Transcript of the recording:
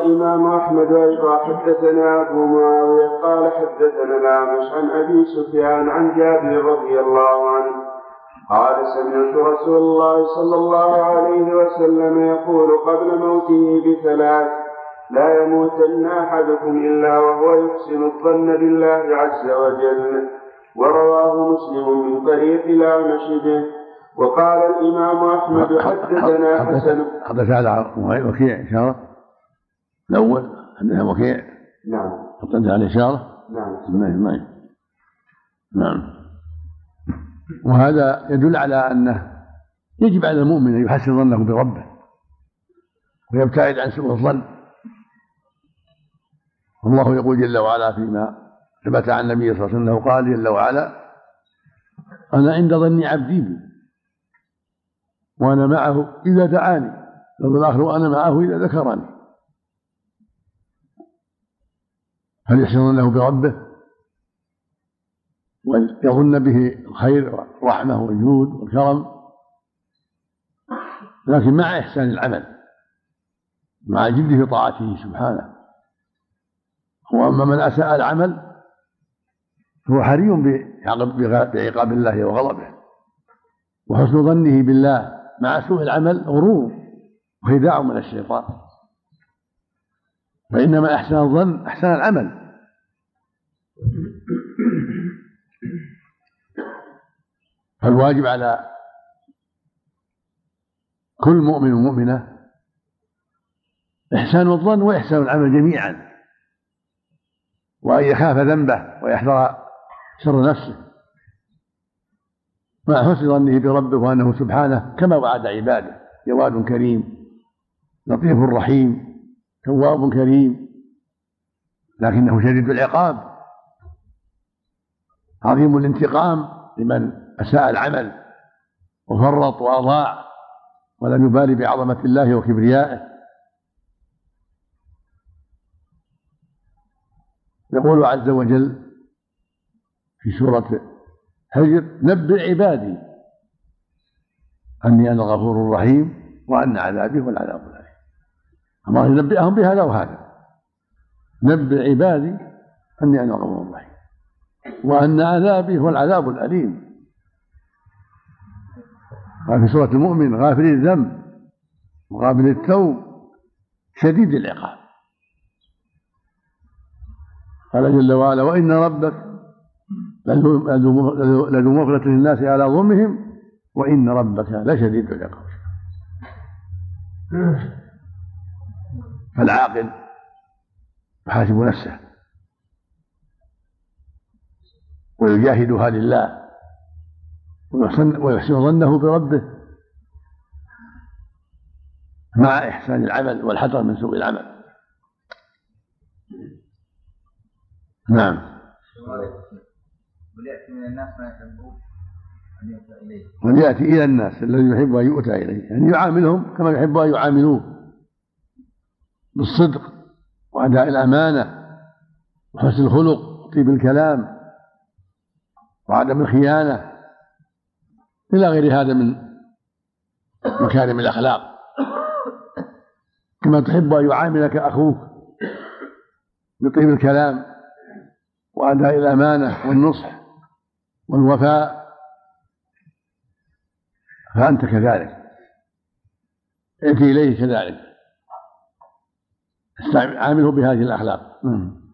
الإمام أحمد أيضا حدثنا أبو معاوية قال حدثنا الأعمش عن أبي سفيان عن جابر رضي الله عنه قال سمعت رسول الله صلى الله عليه وسلم يقول قبل موته ب3: لا يموتن أحدكم إلا وهو يحسن الظن بالله عز وجل. ورواه مسلم من طريق الأعمش به. وقال الإمام أحمد حدثنا حسن. حدث على وكيع إشارة الأول حدثنا وكيع. نعم. حدث على إشارة. نعم. وهذا يدل على أنه يجب على المؤمن أن يحسن ظنه بربه ويبتعد عن سوء الظن. الله يقول جل وعلا فيما ثبت عن النبي صلى الله عليه وسلم قال جل وعلا: أنا عند ظن عبدي بي وأنا معه إذا دعاني. وفي الآخر: وأنا معه إذا ذكرني. فليحسن ظنه بربه ويظن به الخير والرحمة والجود والكرم، لكن مع إحسان العمل، مع جده في طاعته سبحانه. وأما من أساء العمل هو حري بعقاب الله وغضبه. وحسن ظنه بالله مع سوء العمل غرور وخداع من الشيطان، فإنما أحسن الظن أحسن العمل. فالواجب على كل مؤمن ومؤمنة إحسان الظن وإحسان العمل جميعا، وأن يخاف ذنبه ويحذر شر نفسه مع حسن ظنه بربه وأنه سبحانه كما وعد عباده: جواد كريم لطيف رحيم تواب كريم، لكنه شديد العقاب عظيم الانتقام لمن أساء العمل وفرط وأضاع ولم يبالي بعظمة الله وكبريائه. يقول عز وجل في سورة هجر: نبئ عبادي أني أنا الغفور الرحيم وأن عذابي هو العذاب الأليم. الله ينبئهم بهذا وهذا: نبئ عبادي أني أنا الغفور الرحيم وأن عذابي هو العذاب الأليم. وفي سورة المؤمن: غافر الذنب وقابل التوب شديد العقاب. قال جل وعلا: وإن ربك لذو مغفرة للناس على ظلمهم وإن ربك لشديد العقاب. فالعاقل يحاسب نفسه ويجاهدها لله ويحسن ظنه بربه مع إحسان العمل والحذر من سوء العمل. نعم. وليأتي من الناس ما يحبون أن يؤتى إليه. وليأتي إلى الناس الذي يحب أن يؤتى إليه، يعني يعاملهم كما يحب أن يعاملوه بالصدق وأداء الأمانة وحسن الخلق وطيب الكلام وعدم الخيانة إلى غير هذا من مكارم الأخلاق، كما تحب أن يعاملك أخوك بطيب الكلام وأداء الأمانة والنصح والوفاء، فأنت كذلك ائتي إليه كذلك، عامله بهذه الأخلاق.